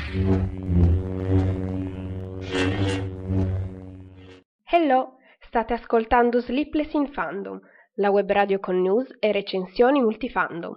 Hello, state ascoltando Sleepless in Fandom, la web radio con news e recensioni multifandom.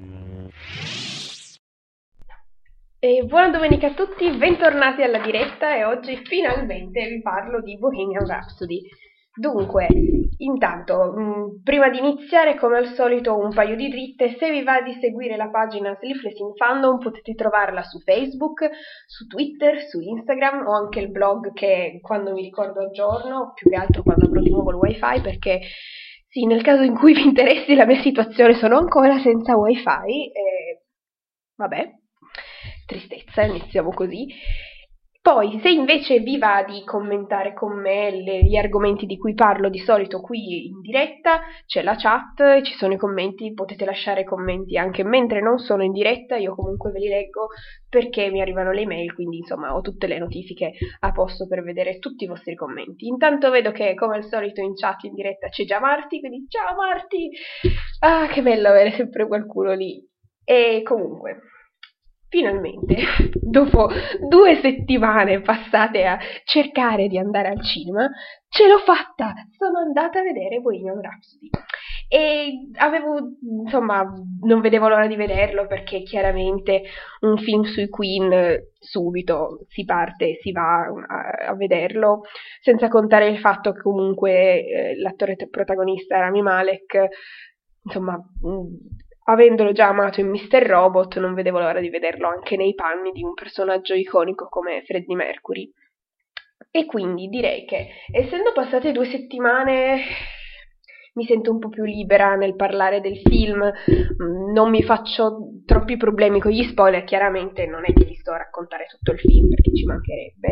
E buona domenica a tutti, bentornati alla diretta e oggi finalmente vi parlo di Bohemian Rhapsody. Dunque, intanto, prima di iniziare, come al solito, un paio di dritte. Se vi va di seguire la pagina Sleepless in Fandom, potete trovarla su Facebook, su Twitter, su Instagram, o anche il blog che quando mi ricordo aggiorno, più che altro quando apro di nuovo il wifi, perché sì, nel caso in cui vi interessi la mia situazione, sono ancora senza wifi e vabbè, tristezza, iniziamo così. Poi, se invece vi va di commentare con me gli argomenti di cui parlo di solito qui in diretta, c'è la chat, ci sono i commenti, potete lasciare commenti anche mentre non sono in diretta, io comunque ve li leggo perché mi arrivano le email, quindi insomma ho tutte le notifiche a posto per vedere tutti i vostri commenti. Intanto vedo che come al solito in chat in diretta c'è già Marti, quindi ciao Marti! Ah, che bello avere sempre qualcuno lì. E comunque, finalmente, dopo 2 settimane passate a cercare di andare al cinema, ce l'ho fatta! Sono andata a vedere Bohemian Rhapsody. E insomma, non vedevo l'ora di vederlo perché chiaramente un film sui Queen subito si parte, si va a vederlo, senza contare il fatto che comunque l'attore protagonista Rami Malek, insomma, avendolo già amato in Mr. Robot, non vedevo l'ora di vederlo anche nei panni di un personaggio iconico come Freddie Mercury. E quindi direi che, essendo passate 2 settimane, mi sento un po' più libera nel parlare del film, non mi faccio troppi problemi con gli spoiler, chiaramente non è che vi sto a raccontare tutto il film perché ci mancherebbe.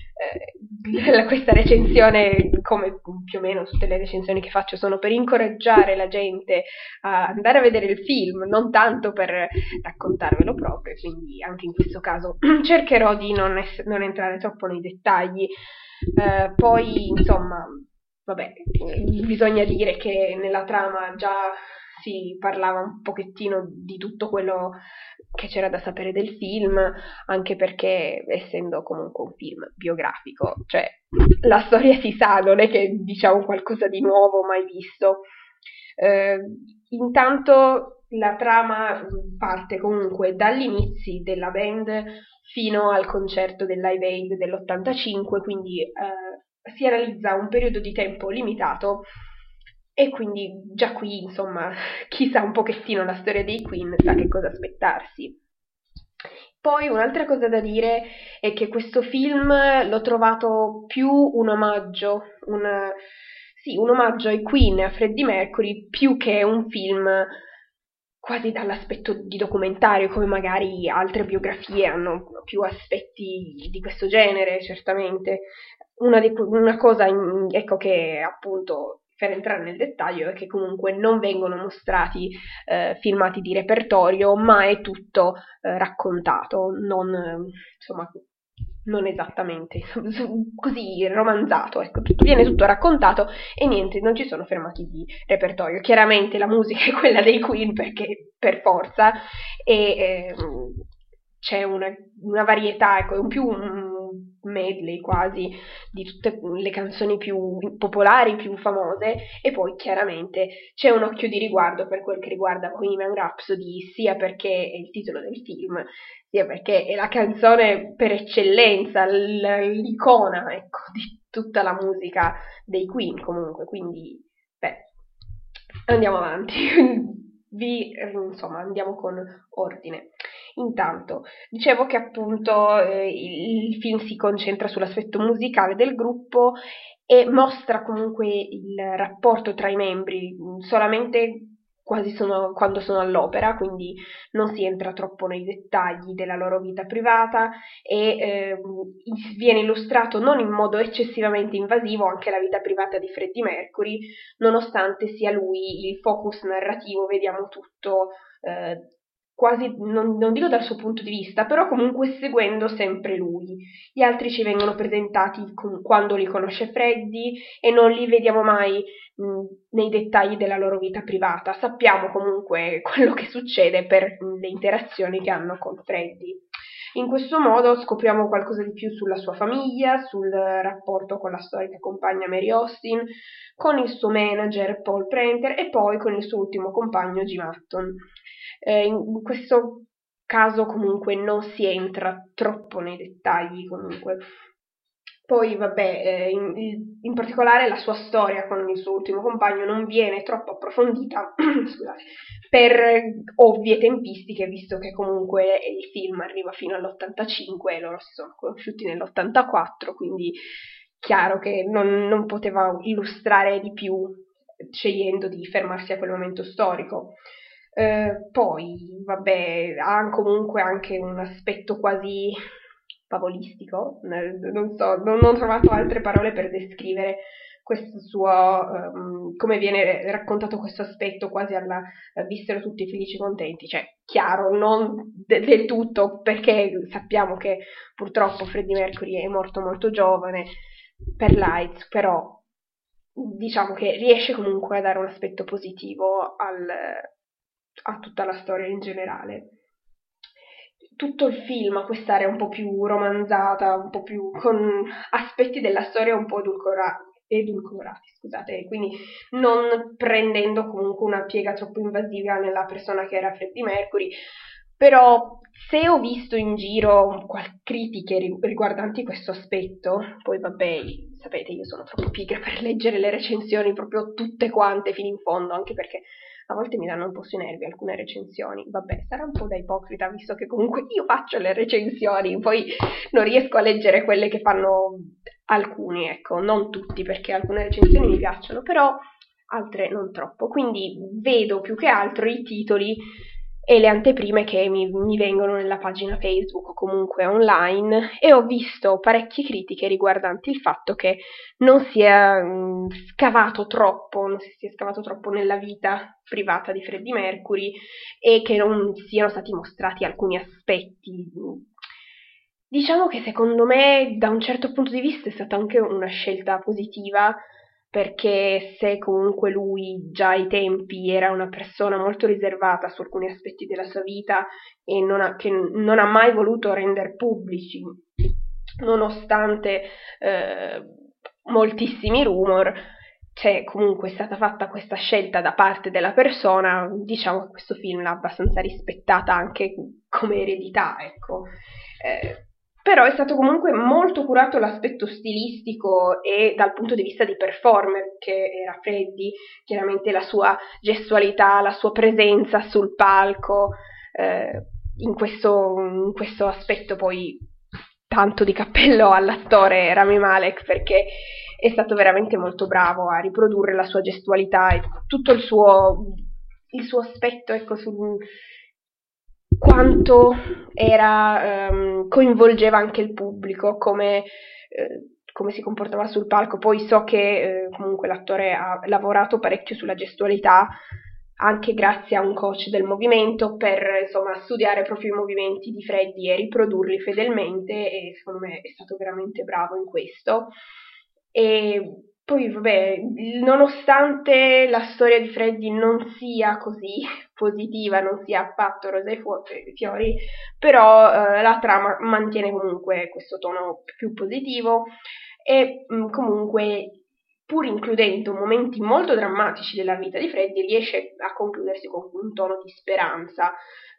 Questa recensione, come più o meno tutte le recensioni che faccio, sono per incoraggiare la gente a andare a vedere il film, non tanto per raccontarvelo proprio, quindi anche in questo caso cercherò di non entrare troppo nei dettagli. Poi, insomma, vabbè, bisogna dire che nella trama già si parlava un pochettino di tutto quello che c'era da sapere del film, anche perché essendo comunque un film biografico, cioè la storia si sa, non è che diciamo qualcosa di nuovo mai visto. Intanto la trama parte comunque dagli inizi della band fino al concerto del Live Aid dell'85, quindi si analizza un periodo di tempo limitato e quindi già qui, insomma, chi sa un pochettino la storia dei Queen sa che cosa aspettarsi. Poi un'altra cosa da dire è che questo film l'ho trovato più un omaggio, sì, un omaggio ai Queen e a Freddie Mercury più che un film quasi dall'aspetto di documentario, come magari altre biografie hanno più aspetti di questo genere, certamente. Una cosa, ecco, che appunto per entrare nel dettaglio è che comunque non vengono mostrati filmati di repertorio, ma è tutto raccontato, insomma, non esattamente così romanzato, ecco, viene tutto raccontato e niente, non ci sono fermati di repertorio. Chiaramente la musica è quella dei Queen perché per forza e c'è una varietà, ecco, è un medley quasi di tutte le canzoni più popolari, più famose e poi chiaramente c'è un occhio di riguardo per quel che riguarda Bohemian Rhapsody, sia perché è il titolo del film, sia perché è la canzone per eccellenza, l'icona, ecco, di tutta la musica dei Queen comunque, quindi beh, andiamo avanti. Insomma, andiamo con ordine. Intanto, dicevo che appunto il film si concentra sull'aspetto musicale del gruppo e mostra comunque il rapporto tra i membri solamente quando sono all'opera, quindi non si entra troppo nei dettagli della loro vita privata e viene illustrato non in modo eccessivamente invasivo anche la vita privata di Freddie Mercury, nonostante sia lui il focus narrativo, vediamo tutto quasi, non dico dal suo punto di vista, però comunque seguendo sempre lui. Gli altri ci vengono presentati quando li conosce Freddie e non li vediamo mai nei dettagli della loro vita privata. Sappiamo comunque quello che succede per le interazioni che hanno con Freddie. In questo modo scopriamo qualcosa di più sulla sua famiglia, sul rapporto con la storica compagna Mary Austin, con il suo manager Paul Prenter e poi con il suo ultimo compagno Jim Hutton. In questo caso comunque non si entra troppo nei dettagli comunque. Poi, vabbè, in particolare la sua storia con il suo ultimo compagno non viene troppo approfondita, scusate, per ovvie tempistiche, visto che comunque il film arriva fino all'85 e loro si sono conosciuti nell'84, quindi chiaro che non poteva illustrare di più scegliendo di fermarsi a quel momento storico. Poi, vabbè, ha comunque anche un aspetto quasi favolistico, non so, non ho trovato altre parole per descrivere questo suo, come viene raccontato questo aspetto quasi alla vissero tutti felici e contenti, cioè chiaro, non del tutto, perché sappiamo che purtroppo Freddie Mercury è morto molto giovane per l'AIDS, però diciamo che riesce comunque a dare un aspetto positivo a tutta la storia in generale. Tutto il film ha quest'area un po' più romanzata, un po' più con aspetti della storia un po' edulcorati, scusate, quindi non prendendo comunque una piega troppo invasiva nella persona che era Freddie Mercury, però se ho visto in giro critiche riguardanti questo aspetto, poi vabbè, sapete, io sono troppo pigra per leggere le recensioni proprio tutte quante fino in fondo, anche perché a volte mi danno un po' sui nervi alcune recensioni. Vabbè, sarà un po' da ipocrita, visto che comunque io faccio le recensioni, poi non riesco a leggere quelle che fanno alcuni, ecco, non tutti, perché alcune recensioni mi piacciono, però altre non troppo. Quindi vedo più che altro i titoli e le anteprime che mi vengono nella pagina Facebook o comunque online, e ho visto parecchie critiche riguardanti il fatto che non si sia scavato troppo nella vita privata di Freddie Mercury e che non siano stati mostrati alcuni aspetti. Diciamo che secondo me da un certo punto di vista è stata anche una scelta positiva, perché se comunque lui già ai tempi era una persona molto riservata su alcuni aspetti della sua vita e che non ha mai voluto rendere pubblici, nonostante moltissimi rumor, c'è comunque stata fatta questa scelta da parte della persona, diciamo che questo film l'ha abbastanza rispettata anche come eredità, ecco. Però è stato comunque molto curato l'aspetto stilistico e dal punto di vista di performer che era Freddie, chiaramente la sua gestualità, la sua presenza sul palco, in questo aspetto poi tanto di cappello all'attore Rami Malek, perché è stato veramente molto bravo a riprodurre la sua gestualità e tutto il suo aspetto, ecco, su quanto coinvolgeva anche il pubblico, come si comportava sul palco. Poi so che comunque l'attore ha lavorato parecchio sulla gestualità, anche grazie a un coach del movimento, per insomma studiare proprio i movimenti di Freddie e riprodurli fedelmente, e secondo me è stato veramente bravo in questo. E poi vabbè, nonostante la storia di Freddie non sia così positiva, non sia affatto rose e fiori, però la trama mantiene comunque questo tono più positivo e comunque, pur includendo momenti molto drammatici della vita di Freddie, riesce a concludersi con un tono di speranza.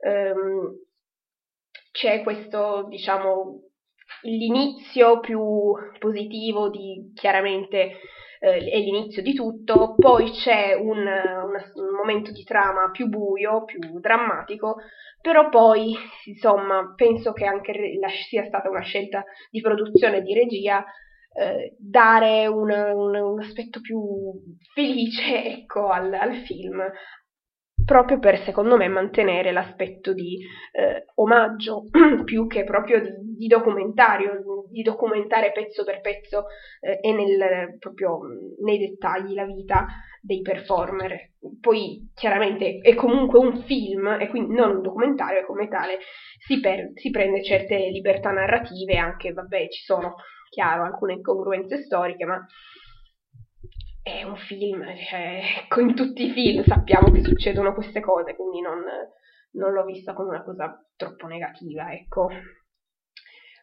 C'è questo, diciamo, l'inizio più positivo di chiaramente è l'inizio di tutto, poi c'è un momento di trama più buio, più drammatico, però poi insomma penso che anche sia stata una scelta di produzione e di regia dare un aspetto più felice, ecco, al film, proprio per, secondo me, mantenere l'aspetto di omaggio più che proprio di documentario, di documentare pezzo per pezzo e proprio nei dettagli la vita dei performer. Poi chiaramente è comunque un film e quindi non un documentario, e come tale si prende certe libertà narrative, anche, vabbè, ci sono, chiaro, alcune incongruenze storiche, ma è un film, cioè, in tutti i film sappiamo che succedono queste cose, quindi non l'ho vista come una cosa troppo negativa, ecco.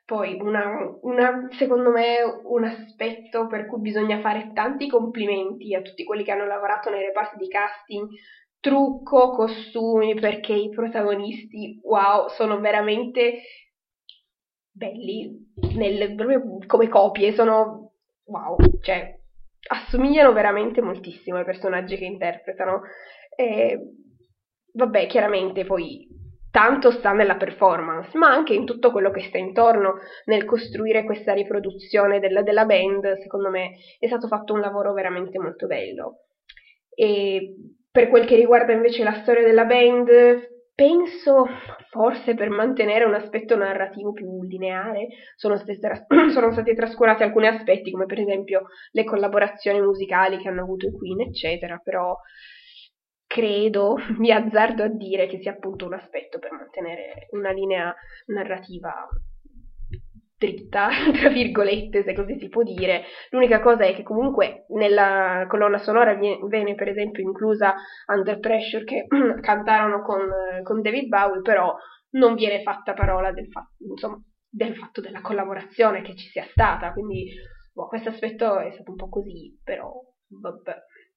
Poi secondo me un aspetto per cui bisogna fare tanti complimenti a tutti quelli che hanno lavorato nei reparti di casting, trucco, costumi, perché i protagonisti, wow, sono veramente belli, proprio come copie, sono wow, cioè assomigliano veramente moltissimo ai personaggi che interpretano. E, vabbè, chiaramente poi tanto sta nella performance, ma anche in tutto quello che sta intorno, nel costruire questa riproduzione della band, secondo me è stato fatto un lavoro veramente molto bello. E per quel che riguarda invece la storia della band, penso forse per mantenere un aspetto narrativo più lineare sono stati trascurati alcuni aspetti, come per esempio le collaborazioni musicali che hanno avuto i Queen, eccetera, però credo, mi azzardo a dire che sia appunto un aspetto per mantenere una linea narrativa dritta, tra virgolette, se così si può dire. L'unica cosa è che comunque nella colonna sonora viene per esempio inclusa Under Pressure che cantarono con David Bowie, però non viene fatta parola del fatto della collaborazione che ci sia stata, quindi questo aspetto è stato un po' così, però vabbè.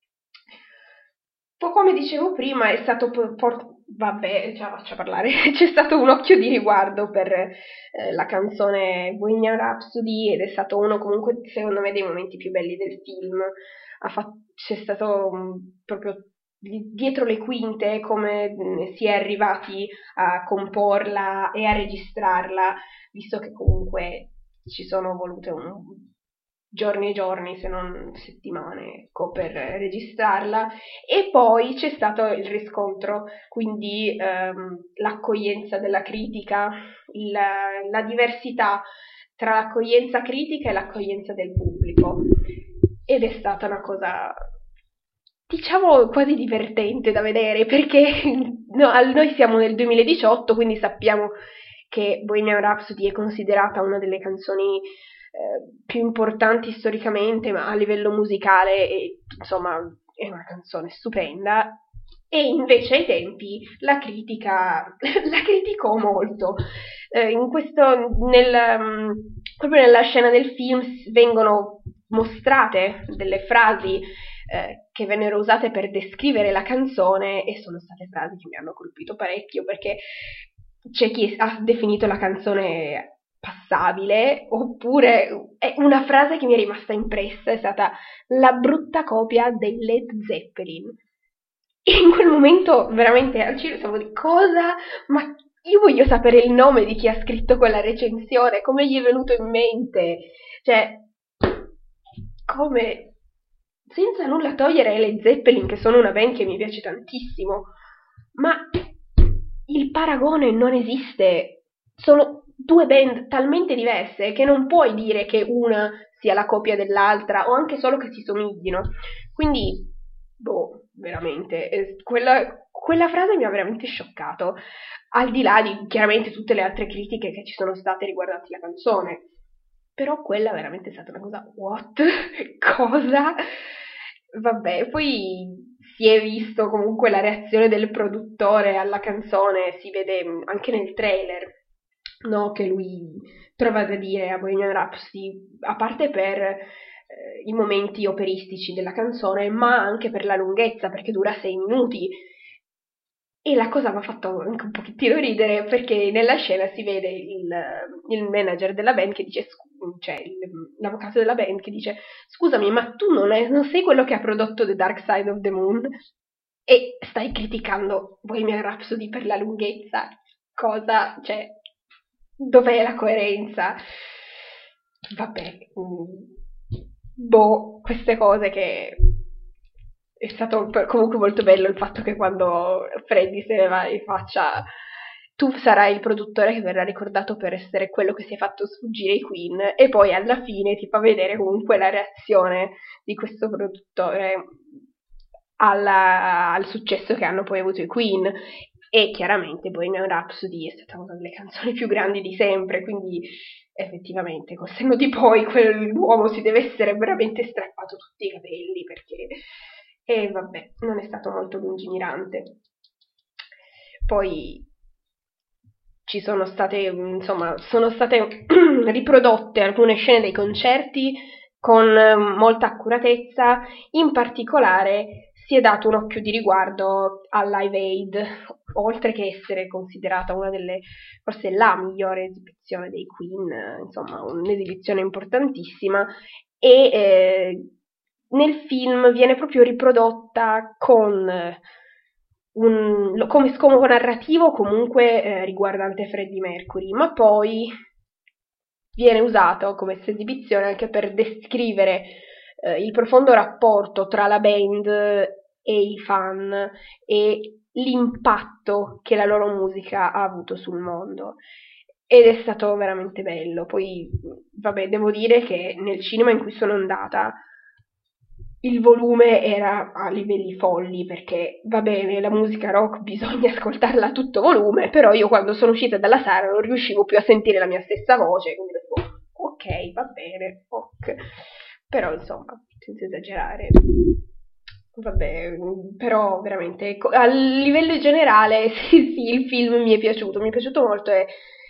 Come dicevo prima, è stato vabbè, ce la faccio parlare. C'è stato un occhio di riguardo per la canzone Bohemian Rhapsody ed è stato uno comunque, secondo me, dei momenti più belli del film. C'è stato proprio dietro le quinte come si è arrivati a comporla e a registrarla, visto che comunque ci sono volute giorni e giorni, se non settimane, ecco, per registrarla. E poi c'è stato il riscontro, quindi l'accoglienza della critica, la diversità tra l'accoglienza critica e l'accoglienza del pubblico. Ed è stata una cosa, diciamo, quasi divertente da vedere, perché noi siamo nel 2018, quindi sappiamo che Bohemian Rhapsody è considerata una delle canzoni più importanti storicamente, ma a livello musicale, insomma, è una canzone stupenda. E invece ai tempi la critica la criticò molto. Proprio nella scena del film vengono mostrate delle frasi che vennero usate per descrivere la canzone e sono state frasi che mi hanno colpito parecchio, perché c'è chi ha definito la canzone passabile, oppure una frase che mi è rimasta impressa è stata la brutta copia dei Led Zeppelin. In quel momento veramente al cinema stavo di cosa? Ma io voglio sapere il nome di chi ha scritto quella recensione, come gli è venuto in mente, cioè come, senza nulla togliere ai Led Zeppelin, che sono una band che mi piace tantissimo, ma il paragone non esiste, sono due band talmente diverse che non puoi dire che una sia la copia dell'altra o anche solo che si somiglino. Quindi, veramente, quella frase mi ha veramente scioccato, al di là di chiaramente tutte le altre critiche che ci sono state riguardanti la canzone. Però quella è veramente stata una cosa, what? Cosa? Vabbè, poi si è visto comunque la reazione del produttore alla canzone, si vede anche nel trailer, no? Che lui trova da dire a Bohemian Rhapsody, a parte per i momenti operistici della canzone, ma anche per la lunghezza, perché dura 6 minuti. E la cosa mi ha fatto anche un pochettino ridere perché nella scena si vede il manager della band che dice, cioè l'avvocato della band che dice scusami ma tu non sei quello che ha prodotto The Dark Side of the Moon e stai criticando Bohemian Rhapsody per la lunghezza, cosa, cioè dov'è la coerenza? Vabbè, queste cose che è stato comunque molto bello il fatto che quando Freddy se ne va in faccia tu sarai il produttore che verrà ricordato per essere quello che si è fatto sfuggire i Queen e poi alla fine ti fa vedere comunque la reazione di questo produttore al successo che hanno poi avuto i Queen e chiaramente Bohemian Rhapsody è stata una delle canzoni più grandi di sempre, quindi effettivamente col senno di poi quell'uomo si deve essere veramente strappato tutti i capelli perché e vabbè, non è stato molto lungimirante. Poi ci sono state, insomma, sono state riprodotte alcune scene dei concerti con molta accuratezza. In particolare si è dato un occhio di riguardo a Live Aid, oltre che essere considerata una delle, forse la migliore esibizione dei Queen, insomma un'esibizione importantissima, e nel film viene proprio riprodotta con come scopo narrativo comunque riguardante Freddie Mercury, ma poi viene usato come esibizione anche per descrivere il profondo rapporto tra la band e i fan e l'impatto che la loro musica ha avuto sul mondo. Ed è stato veramente bello. Poi, vabbè, devo dire che nel cinema in cui sono andata il volume era a livelli folli, perché va bene, la musica rock bisogna ascoltarla a tutto volume, però io quando sono uscita dalla sala non riuscivo più a sentire la mia stessa voce, quindi dicevo, ok, va bene, ok. Però insomma, senza esagerare. Vabbè, però veramente a livello generale sì, il film mi è piaciuto molto, e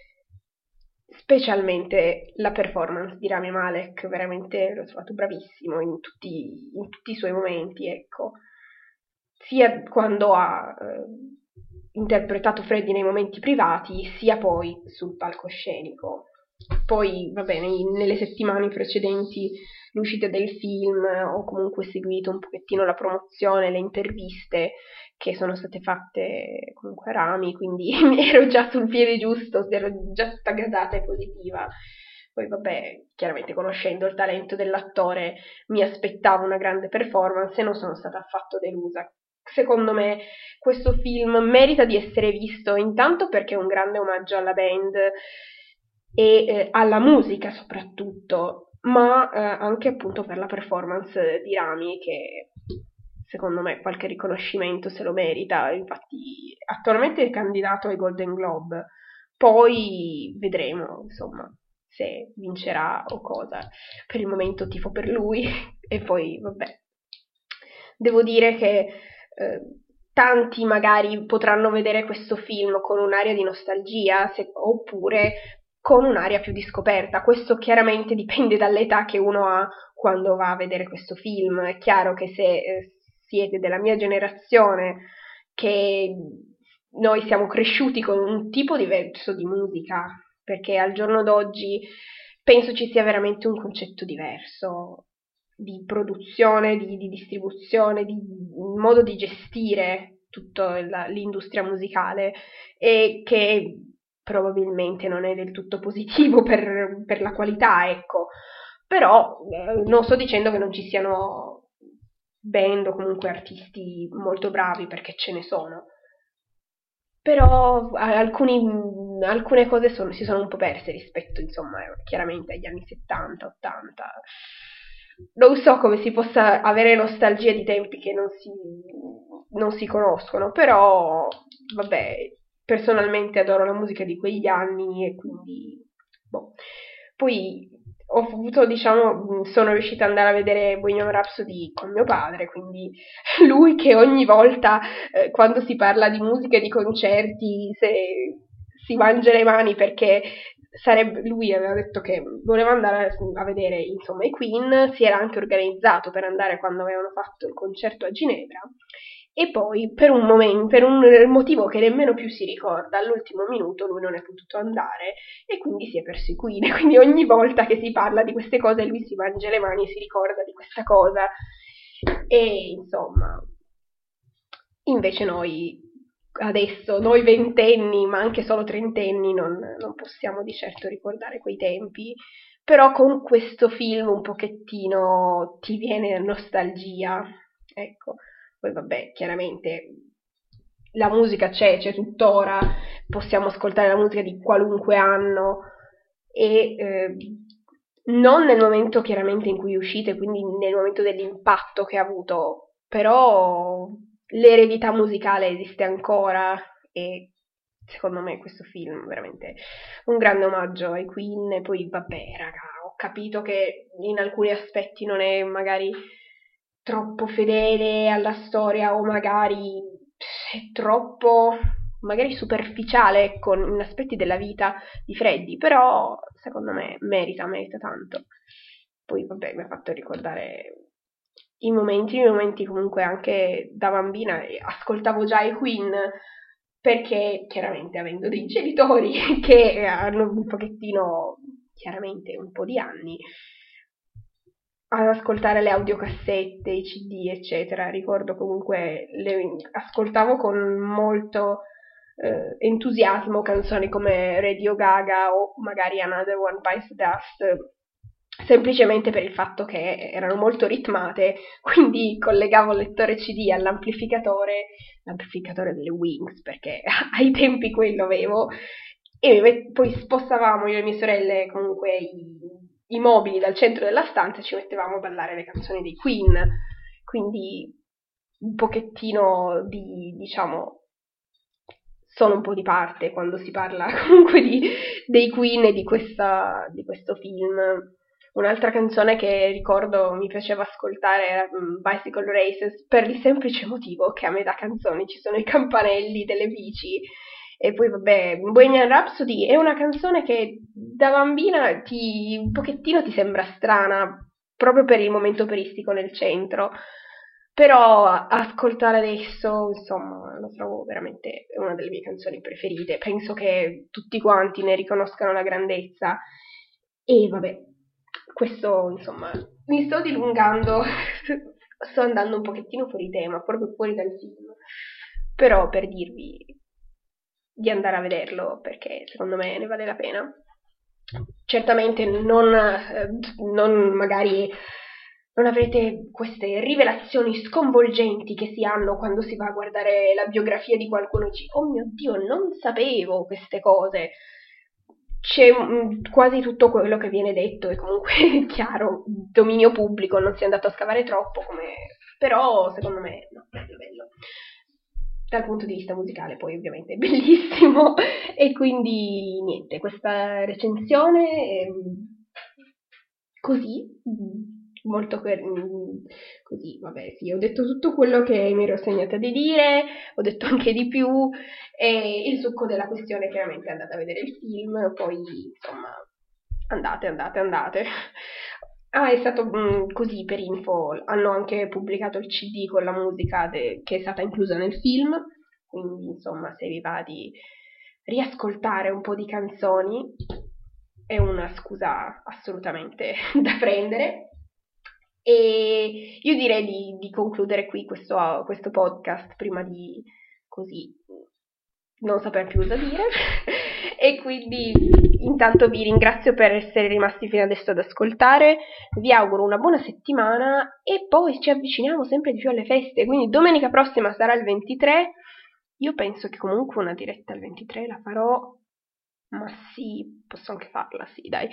specialmente la performance di Rami Malek, veramente l'ho trovato bravissimo in tutti i suoi momenti, ecco, sia quando ha interpretato Freddy nei momenti privati, sia poi sul palcoscenico. Poi, va bene, nelle settimane precedenti l'uscita del film ho comunque seguito un pochettino la promozione, le interviste che sono state fatte comunque a Rami, quindi ero già sul piede giusto, ero già tutta gasata e positiva. Poi vabbè, chiaramente conoscendo il talento dell'attore mi aspettavo una grande performance e non sono stata affatto delusa. Secondo me questo film merita di essere visto intanto perché è un grande omaggio alla band e alla musica soprattutto, ma anche appunto per la performance di Rami, che secondo me qualche riconoscimento se lo merita. Infatti attualmente è candidato ai Golden Globe, poi vedremo insomma se vincerà o cosa. Per il momento tifo per lui e poi vabbè, devo dire che tanti magari potranno vedere questo film con un'aria di nostalgia oppure con un'aria più di scoperta. Questo chiaramente dipende dall'età che uno ha quando va a vedere questo film. È chiaro che se siete della mia generazione, che noi siamo cresciuti con un tipo diverso di musica, perché al giorno d'oggi penso ci sia veramente un concetto diverso di produzione, di distribuzione, di modo di gestire tutta l'industria musicale, e che probabilmente non è del tutto positivo per la qualità, ecco. Però non sto dicendo che non ci siano band o comunque artisti molto bravi, perché ce ne sono. Però alcune cose si sono un po' perse rispetto, insomma, chiaramente agli anni 70, 80. Non so come si possa avere nostalgia di tempi che non si conoscono, però vabbè, personalmente adoro la musica di quegli anni e quindi boh. Poi ho avuto, diciamo, sono riuscita ad andare a vedere Bohemian Rhapsody con mio padre, quindi lui che ogni volta quando si parla di musica e di concerti si mangia le mani, perché lui aveva detto che voleva andare a vedere insomma i Queen, si era anche organizzato per andare quando avevano fatto il concerto a Ginevra, e poi per un motivo che nemmeno più si ricorda, all'ultimo minuto lui non è potuto andare e quindi si è perso i Queen. Quindi ogni volta che si parla di queste cose lui si mangia le mani e si ricorda di questa cosa. E insomma, invece noi adesso, noi ventenni, ma anche solo trentenni, non possiamo di certo ricordare quei tempi, però con questo film un pochettino ti viene nostalgia, ecco. Poi vabbè, chiaramente la musica c'è tuttora, possiamo ascoltare la musica di qualunque anno e non nel momento chiaramente in cui è uscita, quindi nel momento dell'impatto che ha avuto, però l'eredità musicale esiste ancora, e secondo me questo film è veramente un grande omaggio ai Queen. E poi vabbè raga, ho capito che in alcuni aspetti non è magari troppo fedele alla storia, o magari è troppo magari superficiale in aspetti della vita di Freddie, però secondo me merita tanto. Poi vabbè, mi ha fatto ricordare i momenti comunque anche da bambina, ascoltavo già i Queen, perché chiaramente avendo dei genitori che hanno un pochettino, chiaramente un po' di anni, ad ascoltare le audiocassette, i CD, eccetera. Ricordo comunque, ascoltavo con molto entusiasmo canzoni come Radio Gaga o magari Another One Bites the Dust, semplicemente per il fatto che erano molto ritmate, quindi collegavo il lettore CD all'amplificatore, l'amplificatore delle Wings, perché ai tempi quello avevo, e poi spostavamo io e mie sorelle comunque i mobili dal centro della stanza e ci mettevamo a ballare le canzoni dei Queen, quindi un pochettino diciamo, sono un po' di parte quando si parla comunque dei Queen e di questo film. Un'altra canzone che ricordo mi piaceva ascoltare era Bicycle Races, per il semplice motivo che a me da canzoni ci sono i campanelli delle bici. E poi vabbè, Bohemian Rhapsody è una canzone che da bambina un pochettino ti sembra strana, proprio per il momento operistico nel centro, però ascoltare adesso, insomma, lo trovo veramente una delle mie canzoni preferite. Penso che tutti quanti ne riconoscano la grandezza. E vabbè, questo, insomma, mi sto dilungando, sto andando un pochettino fuori tema, proprio fuori dal film, però per dirvi di andare a vederlo, perché secondo me ne vale la pena. Certamente non magari non avrete queste rivelazioni sconvolgenti che si hanno quando si va a guardare la biografia di qualcuno e dici, oh mio Dio, non sapevo queste cose. C'è quasi tutto quello che viene detto è comunque chiaro, dominio pubblico, non si è andato a scavare troppo, però secondo me no, è bello. Dal punto di vista musicale poi ovviamente è bellissimo e quindi niente, questa recensione è così, molto così, vabbè sì, ho detto tutto quello che mi ero segnata di dire, ho detto anche di più, e il succo della questione chiaramente è andate a vedere il film, poi insomma andate. Ah, è stato così per info, hanno anche pubblicato il CD con la musica che è stata inclusa nel film, quindi insomma se vi va di riascoltare un po' di canzoni è una scusa assolutamente da prendere. E io direi di concludere qui questo podcast prima di così non saper più cosa dire. E quindi intanto vi ringrazio per essere rimasti fino adesso ad ascoltare, vi auguro una buona settimana e poi ci avviciniamo sempre di più alle feste, quindi domenica prossima sarà il 23, io penso che comunque una diretta il 23 la farò, ma sì, posso anche farla, sì, dai.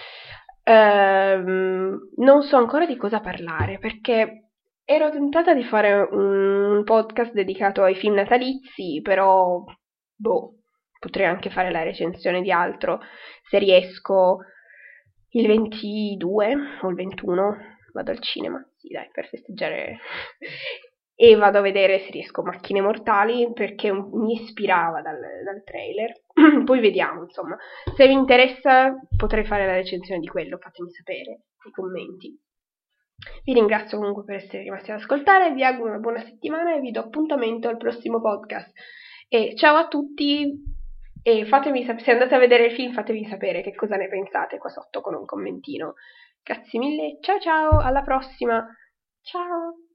Non so ancora di cosa parlare perché ero tentata di fare un podcast dedicato ai film natalizi, però potrei anche fare la recensione di altro se riesco. Il 22 o il 21 vado al cinema, sì dai, per festeggiare e vado a vedere se riesco Macchine Mortali perché mi ispirava dal trailer. Poi vediamo, insomma, se vi interessa potrei fare la recensione di quello, fatemi sapere nei commenti. Vi ringrazio comunque per essere rimasti ad ascoltare, vi auguro una buona settimana e vi do appuntamento al prossimo podcast. E ciao a tutti e fatemi sapere, se andate a vedere il film fatemi sapere che cosa ne pensate qua sotto con un commentino. Grazie mille, ciao ciao, alla prossima, ciao!